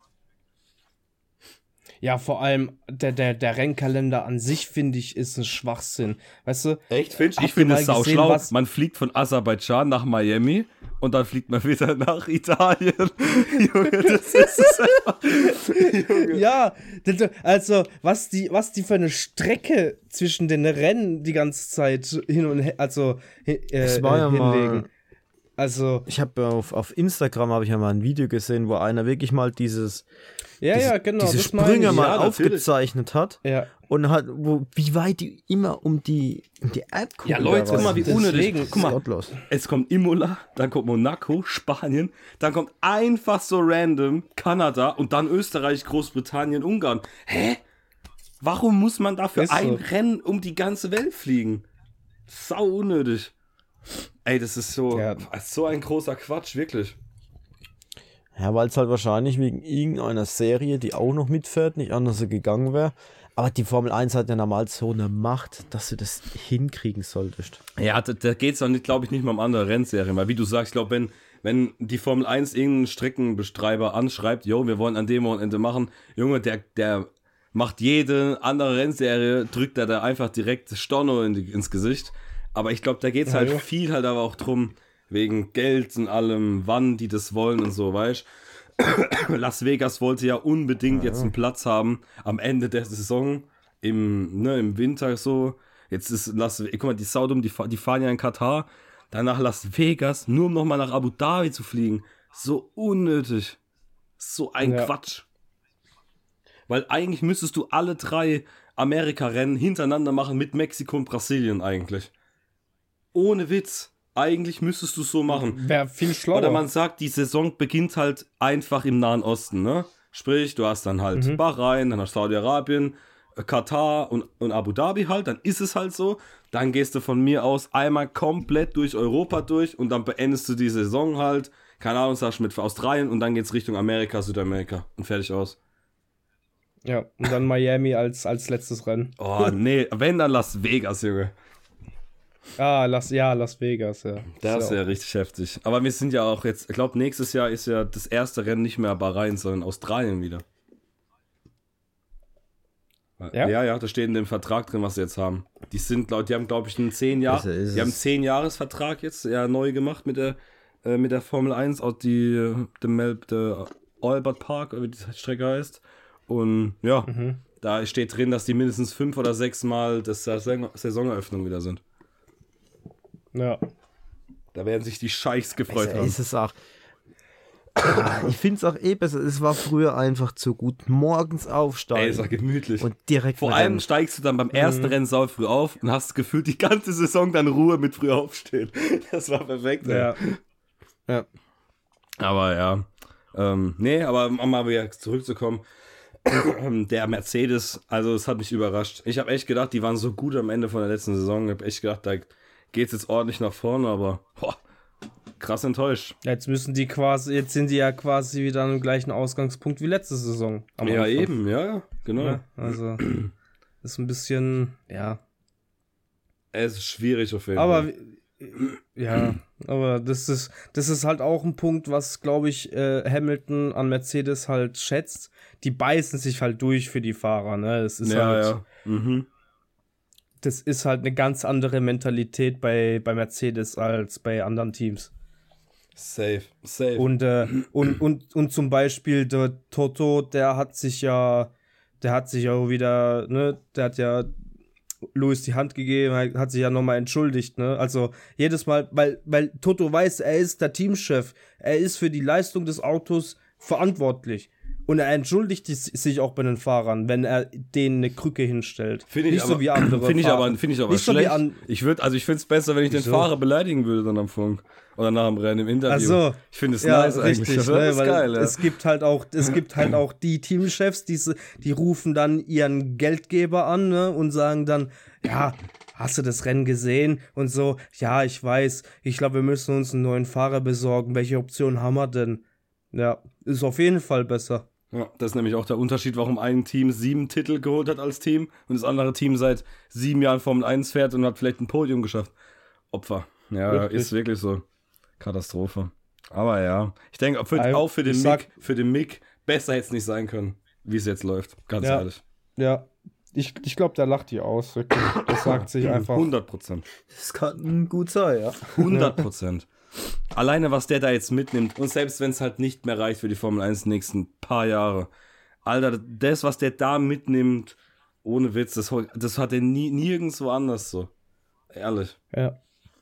Ja, vor allem der, der, der Rennkalender an sich, finde ich, ist ein Schwachsinn. Weißt du? Echt, Finch? Habt Ich ihr finde mal es sau gesehen, schlau. was- Man fliegt von Aserbaidschan nach Miami und dann fliegt man wieder nach Italien. Junge, das ist es einfach. Junge. Ja, das- also was die, was die für eine Strecke zwischen den Rennen die ganze Zeit hin und her, also äh, Es war ja äh, hinlegen. mal- Also, Ich habe auf, auf Instagram habe ich ja mal ein Video gesehen, wo einer wirklich mal dieses ja, diese, ja, genau. diese das meine Sprünge ich. mal Ja, natürlich. aufgezeichnet hat Ja, und hat, wo, wie weit die immer um die, um die Erdkugel Ja, Leute, guck mal, wie Deswegen- unnötig. Guck mal, Gottlos. es kommt Imola, dann kommt Monaco, Spanien, dann kommt einfach so random Kanada und dann Österreich, Großbritannien, Ungarn. Hä? Warum muss man dafür Ist so. ein Rennen um die ganze Welt fliegen? Sau unnötig. Ey, das ist so, Ja. das ist so ein großer Quatsch, wirklich. Ja, weil es halt wahrscheinlich wegen irgendeiner Serie, die auch noch mitfährt, nicht anders so gegangen wäre. Aber die Formel eins hat ja normal so eine Macht, dass du das hinkriegen solltest. Ja, da, da geht es dann, glaube ich, nicht mal um andere Rennserien, weil wie du sagst, ich glaube, wenn, wenn die Formel eins irgendeinen Streckenbestreiber anschreibt, jo, wir wollen an dem Wochenende machen, Junge, der, der macht jede andere Rennserie, drückt er da einfach direkt Storno in die, ins Gesicht. Aber ich glaube, da geht es Ja, halt ja. viel halt aber auch drum, wegen Geld und allem, wann die das wollen und so, weißt du. Las Vegas wollte ja unbedingt jetzt einen Platz haben am Ende der Saison, im, ne, im Winter so. Jetzt ist Las Vegas, guck mal, die Saudum, die, fa- die fahren ja in Katar, dann nach Las Vegas, nur um nochmal nach Abu Dhabi zu fliegen. So unnötig. So ein Ja. Quatsch. Weil eigentlich müsstest du alle drei Amerika-Rennen hintereinander machen mit Mexiko und Brasilien eigentlich. Ohne Witz. Eigentlich müsstest du es so machen. Wäre viel schlauer. Oder man sagt, die Saison beginnt halt einfach im Nahen Osten, ne? Sprich, du hast dann halt mhm. Bahrain, dann hast du Saudi-Arabien, Katar und, und Abu Dhabi halt, dann ist es halt so. Dann gehst du von mir aus einmal komplett durch Europa durch und dann beendest du die Saison halt, keine Ahnung, sagst du mit Australien und dann geht's Richtung Amerika, Südamerika und fertig aus. Ja, und dann Miami als, als letztes Rennen. Oh, nee, wenn, dann Las Vegas, Junge. Ah, Las, ja, Las Vegas, ja. Das ist so. ja richtig heftig. Aber wir sind ja auch jetzt, ich glaube, nächstes Jahr ist ja das erste Rennen nicht mehr Bahrain, sondern Australien wieder. Ja, ja, ja, da steht in dem Vertrag drin, was sie jetzt haben. Die sind, glaub, die haben, glaube ich, einen zehn Jahr, die haben einen zehn Jahres-Vertrag jetzt ja neu gemacht mit der, äh, mit der Formel eins, auch die, der, Mel, der Albert Park, wie die Strecke heißt. Und ja, mhm. da steht drin, dass die mindestens fünf oder sechs Mal das Saison- Saisoneröffnung wieder sind. Ja. Da werden sich die Scheichs gefreut also haben. Ist es auch. Ich finde es auch eh besser. Es war früher einfach zu gut. Morgens aufsteigen. Ey, ist auch gemütlich. Und direkt Vor allem steigst du dann beim ersten mhm. Rennen sau früh auf und hast gefühlt die ganze Saison dann Ruhe mit früh aufstehen. Das war perfekt. Ja. Ey. Ja. Aber ja. Ähm, nee, aber um mal wieder zurückzukommen. Der Mercedes, also es hat mich überrascht. Ich habe echt gedacht, die waren so gut am Ende von der letzten Saison. Ich habe echt gedacht, da geht's jetzt ordentlich nach vorne, aber boah, krass enttäuscht. Jetzt müssen die quasi, jetzt sind die ja quasi wieder am gleichen Ausgangspunkt wie letzte Saison. Ja, Anfang. Eben, ja, genau. Ja, also ist ein bisschen, ja. Es ist schwierig auf jeden aber, Fall. Ja, aber das ist, das ist halt auch ein Punkt, was, glaube ich, äh, Hamilton an Mercedes halt schätzt. Die beißen sich halt durch für die Fahrer, ne? Das ist ja, halt, ja. Mhm. Das ist halt eine ganz andere Mentalität bei, bei Mercedes als bei anderen Teams. Safe, safe. Und, äh, und, und, und zum Beispiel der Toto, der hat sich ja, der hat sich ja wieder, ne, der hat ja Lewis die Hand gegeben, hat sich ja nochmal entschuldigt, ne, also jedes Mal, weil, weil Toto weiß, er ist der Teamchef, er ist für die Leistung des Autos verantwortlich. Und er entschuldigt sich auch bei den Fahrern, wenn er denen eine Krücke hinstellt. Find ich nicht aber, so wie andere Finde ich aber, find ich aber nicht schlecht. So an- ich würd, also ich finde es besser, wenn ich den so. Fahrer beleidigen würde dann am Funk. Oder nach dem Rennen im Interview. Ach so. Ich finde es ja, nice richtig, eigentlich. Das ne, ist weil geil, ja. Es gibt halt auch, es gibt halt auch die Teamchefs, die, die rufen dann ihren Geldgeber an, ne, und sagen dann, ja, hast du das Rennen gesehen? Und so, ja, ich weiß, ich glaube, wir müssen uns einen neuen Fahrer besorgen. Welche Option haben wir denn? Ja, ist auf jeden Fall besser. Ja, das ist nämlich auch der Unterschied, warum ein Team sieben Titel geholt hat als Team und das andere Team seit sieben Jahren Formel eins fährt und hat vielleicht ein Podium geschafft. Opfer. Ja, Richtig. Ist wirklich so. Katastrophe. Aber ja, ich denke, für, auch für den, Mick, für den Mick besser hätte es nicht sein können, wie es jetzt läuft. Ganz ja. ehrlich. Ja, ich, ich glaube, der lacht die aus. Wirklich. Das sagt sich einfach. hundert Prozent. Das kann gut sein, ja. hundert Prozent. Alleine, was der da jetzt mitnimmt und selbst wenn es halt nicht mehr reicht für die Formel eins die nächsten paar Jahre. Alter, das, was der da mitnimmt, ohne Witz, das, das hat er nie, nirgendwo anders so. Ehrlich. Ja.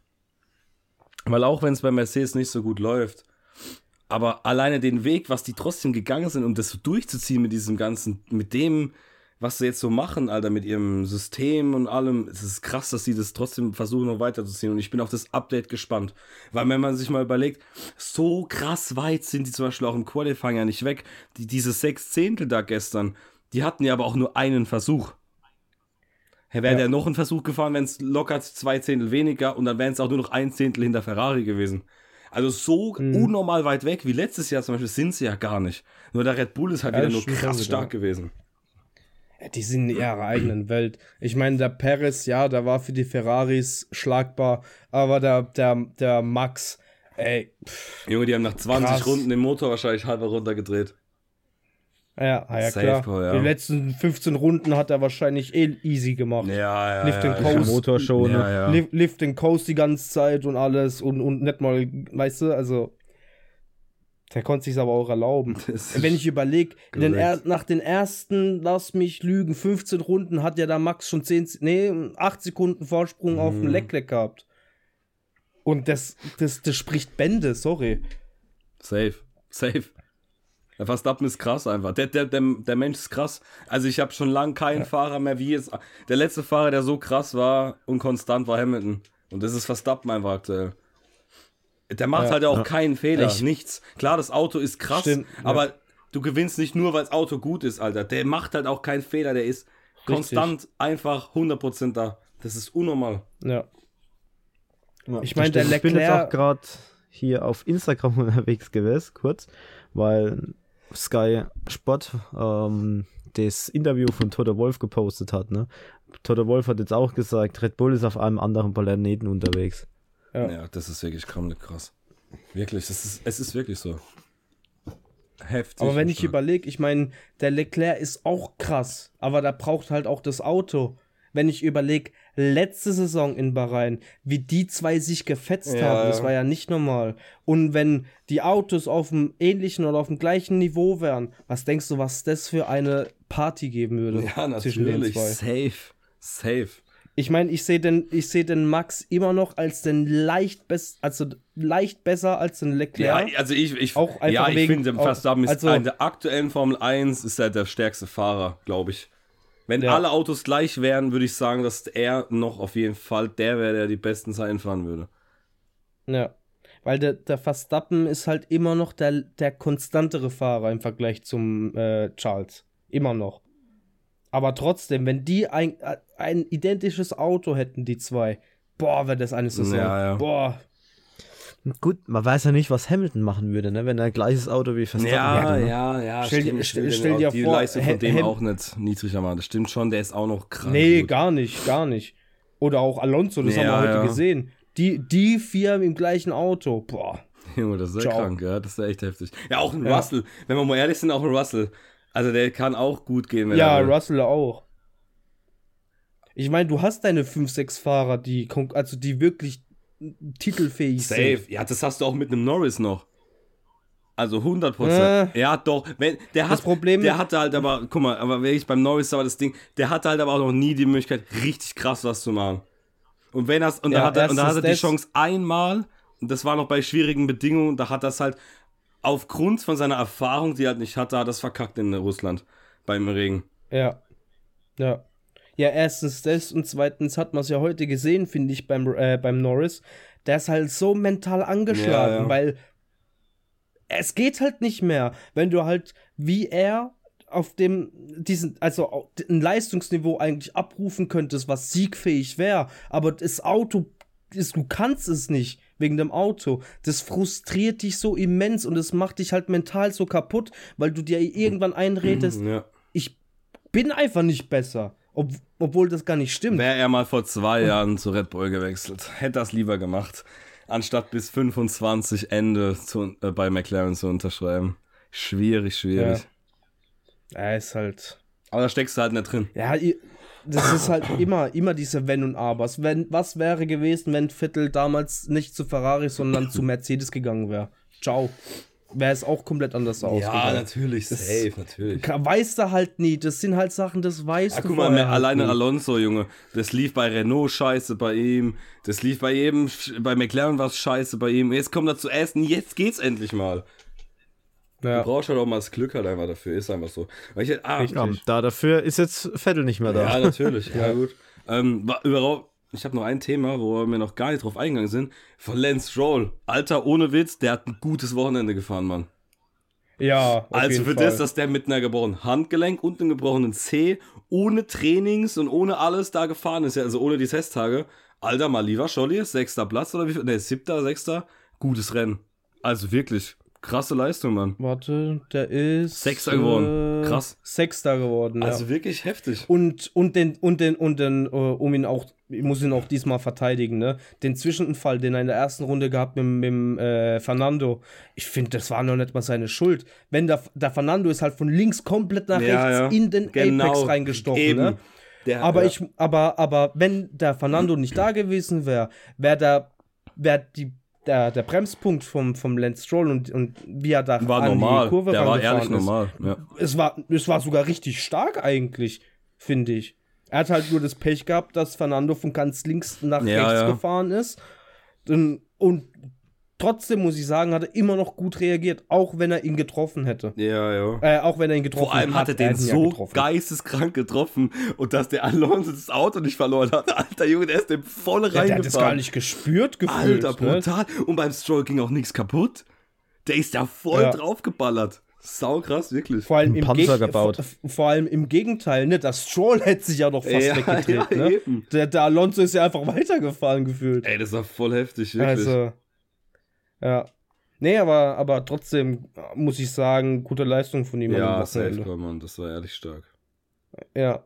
Weil auch wenn es bei Mercedes nicht so gut läuft, aber alleine den Weg, was die trotzdem gegangen sind, um das so durchzuziehen mit diesem ganzen, mit dem, was sie jetzt so machen, Alter, mit ihrem System und allem, es ist krass, dass sie das trotzdem versuchen, noch weiterzuziehen. Und ich bin auf das Update gespannt. Weil wenn man sich mal überlegt, so krass weit sind die zum Beispiel auch im Qualifying ja nicht weg. Die, diese sechs Zehntel da gestern, die hatten ja aber auch nur einen Versuch. Wäre ja. der noch einen Versuch gefahren, wären es locker zwei Zehntel weniger und dann wären es auch nur noch ein Zehntel hinter Ferrari gewesen. Also so mhm. unnormal weit weg wie letztes Jahr zum Beispiel sind sie ja gar nicht. Nur der Red Bull ist halt ja, wieder nur krass stark gewesen. Die sind in ihrer eigenen Welt. Ich meine, der Perez, ja, der war für die Ferraris schlagbar, aber der, der, der Max, ey. Pff, Junge, die haben nach zwanzig krass. Runden den Motor wahrscheinlich halb runtergedreht. Ja, ja, Safe klar. Call, ja. Die letzten fünfzehn Runden hat er wahrscheinlich eh easy gemacht. Ja, ja, Lift ja. and Coast, Motor schon. Ja, ja. Lift, Lift and Coast die ganze Zeit und alles und, und nicht mal, weißt du, also der konnte sich's aber auch erlauben. Wenn ich überlege, nach den ersten, lass mich lügen, fünfzehn Runden hat ja da Max schon zehn, nee, acht Sekunden Vorsprung mhm. auf den Leclerc gehabt. Und das, das, das spricht Bände, sorry. Safe, safe. Der Verstappen ist krass einfach. Der, der, der, der Mensch ist krass. Also ich habe schon lange keinen ja. Fahrer mehr wie jetzt. Der letzte Fahrer, der so krass war und konstant, war Hamilton. Und das ist Verstappen einfach aktuell. Der macht Ja, halt auch ja. keinen Fehler, Ich- nichts. Klar, das Auto ist krass, Stimmt, ja. aber du gewinnst nicht nur, weil das Auto gut ist, Alter. Der macht halt auch keinen Fehler, der ist konstant einfach hundert Prozent da. Das ist unnormal. Ja. Ja, Ich das mein, der stimmt. Ich bin jetzt Leclerc- auch gerade hier auf Instagram unterwegs gewesen, kurz, weil Sky Sport ähm, das Interview von Toto Wolff gepostet hat. Ne? Toto Wolff hat jetzt auch gesagt, Red Bull ist auf einem anderen Planeten unterwegs. Ja. Ja, das ist wirklich komplett krass. Wirklich, das ist, es ist wirklich so. Heftig. Aber wenn und ich stark. überlege, ich meine, der Leclerc ist auch krass, aber der braucht halt auch das Auto. Wenn ich überlege, letzte Saison in Bahrain, wie die zwei sich gefetzt Ja, haben, das ja. war ja nicht normal. Und wenn die Autos auf dem ähnlichen oder auf dem gleichen Niveau wären, was denkst du, was das für eine Party geben würde Ja, zwischen den natürlich. zwei? Safe. Safe. Ich meine, ich sehe den, ich sehe den Max immer noch als den leicht best, also leicht besser als den Leclerc. Ja, also ich, ich, Auch einfach ja, ich wegen- finde, auch- Verstappen ist also- in der aktuellen Formel eins ist er der stärkste Fahrer, glaube ich. Wenn Ja. alle Autos gleich wären, würde ich sagen, dass er noch auf jeden Fall der wäre, der die besten Zeiten fahren würde. Ja, weil der, der Verstappen ist halt immer noch der, der konstantere Fahrer im Vergleich zum äh, Charles. Immer noch. Aber trotzdem, wenn die ein, ein identisches Auto hätten, die zwei, boah, wäre das eine Saison. Ja, ja. Boah. Gut, man weiß ja nicht, was Hamilton machen würde, ne? wenn er ein gleiches Auto wie Verstappen Ja, hätte. Ne? ja, ja. Stell dir- stimmt, stell- stimmt. stell dir die vor, Leistung von Ham- dem Ham- auch nicht niedriger machen. Das stimmt schon, der ist auch noch krank. Nee, gut. gar nicht, gar nicht. Oder auch Alonso, das Ja, haben wir heute ja. gesehen. Die, die vier im gleichen Auto, boah. Junge, das ist ja Ciao. krank, ja. Das ist ja echt heftig. Ja, auch ein Ja. Russell. Wenn wir mal ehrlich sind, auch ein Russell. Also der kann auch gut gehen, wenn Ja, er will. Russell auch. Ich meine, du hast deine fünf, sechs Fahrer, die, kon- also die wirklich titelfähig Safe. sind. Ja, das hast du auch mit einem Norris noch. Also hundert Prozent. Äh. Ja, doch. Wenn, der Das hat, Problem- der hatte halt aber, guck mal, aber wenn ich beim Norris war, das Ding, der hatte halt aber auch noch nie die Möglichkeit, richtig krass was zu machen. Und wenn das, und Ja, da hat er, und da erstens hat er die das- Chance einmal, und das war noch bei schwierigen Bedingungen, da hat das halt aufgrund von seiner Erfahrung, die er halt nicht hatte, hat das verkackt in Russland beim Regen. Ja. Ja. Ja, erstens das und zweitens hat man es ja heute gesehen, finde ich, beim, äh, beim Norris. Der ist halt so mental angeschlagen, Ja, ja. weil es geht halt nicht mehr, wenn du halt wie er auf dem, diesen, also au- ein Leistungsniveau eigentlich abrufen könntest, was siegfähig wäre, aber das Auto, ist, du kannst es nicht wegen dem Auto. Das frustriert dich so immens und es macht dich halt mental so kaputt, weil du dir irgendwann einredest, Ja. ich bin einfach nicht besser. Ob, obwohl das gar nicht stimmt. Wäre er mal vor zwei Jahren zu Red Bull gewechselt, hätte das lieber gemacht, anstatt bis fünfundzwanzig Ende zu, äh, bei McLaren zu unterschreiben. Schwierig, schwierig. Er ist halt. Aber da steckst du halt nicht drin. Ja, i- das ist halt immer, immer diese Wenn und Abers. Wenn, was wäre gewesen, wenn Vettel damals nicht zu Ferrari, sondern zu Mercedes gegangen wäre? Ciao. Wäre es auch komplett anders ausgegangen. natürlich, safe, natürlich. Ka- Weißt du halt nie. Das sind halt Sachen, das weißt Ja, du guck mal, vorher halt alleine nie. Alonso, Junge, das lief bei Renault scheiße bei ihm, das lief bei jedem, bei McLaren war es scheiße bei ihm, jetzt kommt er zu Aston, jetzt geht's endlich mal. Ja. Du brauchst halt auch mal das Glück halt einfach dafür, ist einfach so. Weil ich, ah, Ja, da dafür ist jetzt Vettel nicht mehr da. Ja, natürlich. Ja, gut. Ähm, wa- überhaupt, ich habe noch ein Thema, wo wir noch gar nicht drauf eingegangen sind. Von Lance Stroll. Alter, ohne Witz, der hat ein gutes Wochenende gefahren, Mann. Ja, auf Also jeden für Fall. das, dass der mit einer gebrochenen Handgelenk und einem gebrochenen Zeh, ohne Trainings und ohne alles da gefahren ist, ja, also ohne die Testtage. Alter, mal lieber Scholli, sechster Platz oder wie viel? Ne, siebter, sechster. Gutes Rennen. Also wirklich, krasse Leistung, Mann. Warte, der ist. Sechster geworden. Krass. Sechster geworden, ja. Also wirklich heftig. Und, und den, und den, und den, äh, um ihn auch, ich muss ihn auch diesmal verteidigen, ne? Den Zwischenfall, den er in der ersten Runde gehabt mit, mit dem äh, Fernando, ich finde, das war noch nicht mal seine Schuld. Wenn der, der Fernando ist halt von links komplett nach Ja, rechts ja. in den Genau. Apex reingestochen, Eben. ne? Der, Aber ja. ich, aber, aber wenn der Fernando nicht da gewesen wäre, wäre der, wäre die, der, der Bremspunkt vom, vom Lance Stroll und, und wie er da war an normal. die Kurve Der war rangefahren ehrlich ist, normal. Ja. es war, es war sogar richtig stark eigentlich, finde ich. Er hat halt nur das Pech gehabt, dass Fernando von ganz links nach Ja, rechts ja. gefahren ist. Und, und trotzdem muss ich sagen, hat er immer noch gut reagiert, auch wenn er ihn getroffen hätte. Ja, ja. Äh, auch wenn er ihn getroffen Vor allem hat. hat er den ihn so ja getroffen. geisteskrank getroffen und dass der Alonso das Auto nicht verloren hat. Alter Junge, der ist dem voll Ja, reingefahren. der hat das gar nicht gespürt gefühlt. Alter, ne? brutal. Und beim Stroll ging auch nichts kaputt. Der ist ja voll Ja. draufgeballert. Sau krass, wirklich. Vor allem, Ein im Panzer Geg- gebaut. Vor, vor allem im Gegenteil, ne? Das Stroll hätte sich ja noch fast Ja, weggedreht, ja, ne? eben. Der, der Alonso ist ja einfach weitergefahren gefühlt. Ey, das war voll heftig, wirklich. Also, ja. Nee, aber, aber trotzdem muss ich sagen, gute Leistung von ihm ja, am safe, Wochenende. Mann. Das war ehrlich stark. Ja.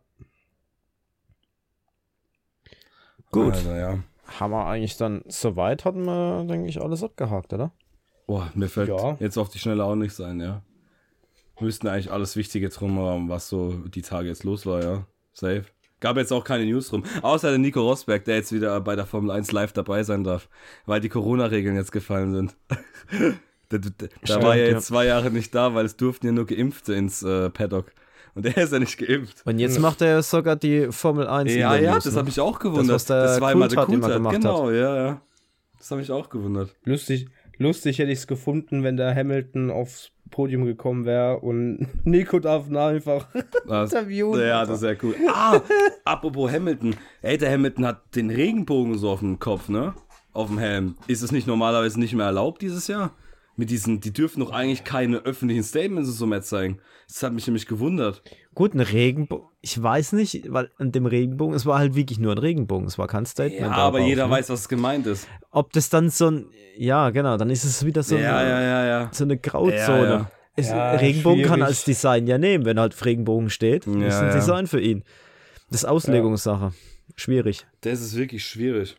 Gut. Alter, ja. Haben wir eigentlich dann soweit, hatten wir, denke ich, alles abgehakt, oder? Boah, mir fällt Ja. jetzt auf die Schnelle auch nichts ein, ja. Wir müssten eigentlich alles Wichtige drum haben, was so die Tage jetzt los war, ja. Safe. Gab jetzt auch keine News drum. Außer der Nico Rosberg, der jetzt wieder bei der Formel eins live dabei sein darf, weil die Corona-Regeln jetzt gefallen sind. da da, da Stimmt, war ja jetzt ja. zwei Jahre nicht da, weil es durften ja nur Geimpfte ins äh, Paddock. Und der ist ja nicht geimpft. Und jetzt macht er sogar die Formel eins Ja, ja, Interviews, das ne? habe ich auch gewundert. Das, was der das war immer der Coulthard immer Coulthard, gemacht genau, ja, ja. Das habe ich auch gewundert. Lustig, lustig hätte ich es gefunden, wenn der Hamilton aufs Podium gekommen wäre und Nico darf ihn einfach Das, interviewen. ja, das ist ja cool. Ah, apropos Hamilton. Ey, der Hamilton hat den Regenbogen so auf dem Kopf, ne? Auf dem Helm. Ist es nicht normalerweise nicht mehr erlaubt dieses Jahr? Mit diesen, die dürfen doch eigentlich keine öffentlichen Statements und so mehr zeigen. Das hat mich nämlich gewundert. Gut, ein Regenbogen, ich weiß nicht, weil an dem Regenbogen, es war halt wirklich nur ein Regenbogen, es war kein Statement. Ja, aber darauf, jeder ne? weiß, was gemeint ist. Ob das dann so ein, ja, genau, dann ist es wieder so, Ja, eine, ja, ja, ja. so eine Grauzone. Ja, ja. Es, Ja, Regenbogen kann schwierig. als Design ja nehmen, wenn halt auf Regenbogen steht. Ja, ist ein ja. Design für ihn. Das ist Auslegungssache. Schwierig. Das ist wirklich schwierig.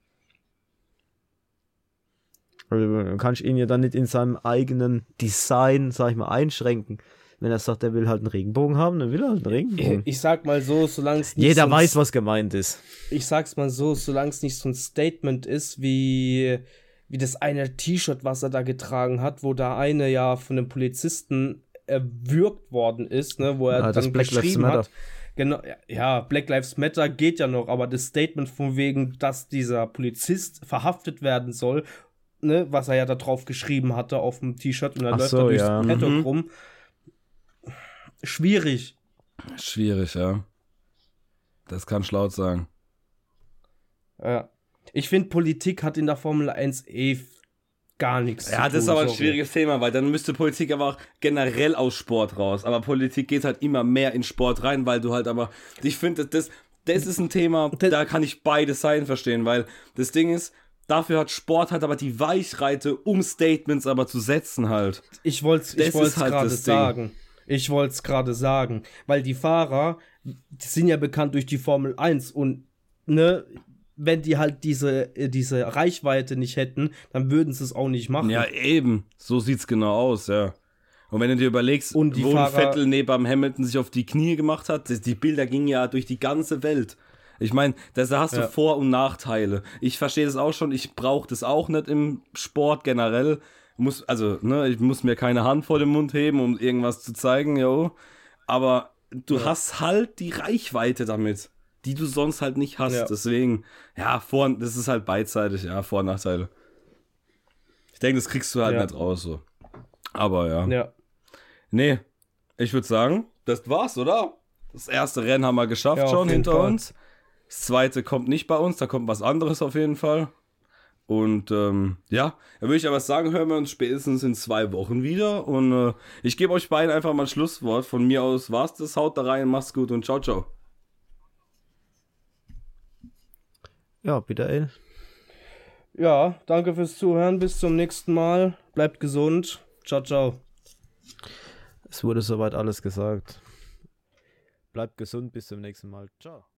Also, du kannst ihn ja dann nicht in seinem eigenen Design, sag ich mal, einschränken. Wenn er sagt, er will halt einen Regenbogen haben, dann will er halt einen Regenbogen. Ich sag mal so, solange es nicht Jeder so ein weiß, was gemeint ist. ich sag's mal so, solange es nicht so ein Statement ist, wie, wie das eine T-Shirt, was er da getragen hat, wo da eine ja von einem Polizisten erwürgt worden ist, ne, wo er Ah, das dann Black Lives geschrieben Matter. hat. Genau, ja, Black Lives Matter geht ja noch, aber das Statement von wegen, dass dieser Polizist verhaftet werden soll, ne, was er ja da drauf geschrieben hatte auf dem T-Shirt und dann Ach läuft so, er durchs ja. Paddock Mhm. rum. Schwierig. Schwierig, ja. Das kann schlau sagen. Ja. Ich finde, Politik hat in der Formel eins eh f- gar nichts Ja, zu das ist tun, aber ein sorry. schwieriges Thema, weil dann müsste Politik aber auch generell aus Sport raus. Aber Politik geht halt immer mehr in Sport rein, weil du halt aber, ich finde, das, das ist ein Thema, Das- da kann ich beide Seiten verstehen, weil das Ding ist, dafür hat Sport halt aber die Weichreite, um Statements aber zu setzen halt. Ich wollte es Das ich wollt's ist halt gerade das Ding. sagen. Ich wollte es gerade sagen. Weil die Fahrer, die sind ja bekannt durch die Formel eins und ne, wenn die halt diese, äh, diese Reichweite nicht hätten, dann würden sie es auch nicht machen. Ja, eben. So sieht's genau aus, ja. Und wenn du dir überlegst, Und die wo ein Fahrer- Vettel neben Hamilton sich auf die Knie gemacht hat, das, die Bilder gingen ja durch die ganze Welt. Ich meine, da hast du Ja. Vor- und Nachteile. Ich verstehe das auch schon, ich brauche das auch nicht im Sport generell. Muss, also, ne, ich muss mir keine Hand vor den Mund heben, um irgendwas zu zeigen, jo. Aber du Ja. hast halt die Reichweite damit, die du sonst halt nicht hast. Ja. Deswegen, ja, vor, das ist halt beidseitig, ja, Vor- und Nachteile. Ich denke, das kriegst du halt Ja. nicht raus, so. Aber ja. Ja. Nee, ich würde sagen, das war's, oder? Das erste Rennen haben wir geschafft Ja, auf schon jeden hinter Fall. uns. Das zweite kommt nicht bei uns, da kommt was anderes auf jeden Fall. Und ähm, ja, dann würde ich aber sagen, hören wir uns spätestens in zwei Wochen wieder. Und äh, ich gebe euch beiden einfach mal ein Schlusswort. Von mir aus war's das. Haut da rein, macht's gut und ciao, ciao. Ja, bitte, ey. Ja, danke fürs Zuhören. Bis zum nächsten Mal. Bleibt gesund. Ciao, ciao. Es wurde soweit alles gesagt. Bleibt gesund, bis zum nächsten Mal. Ciao.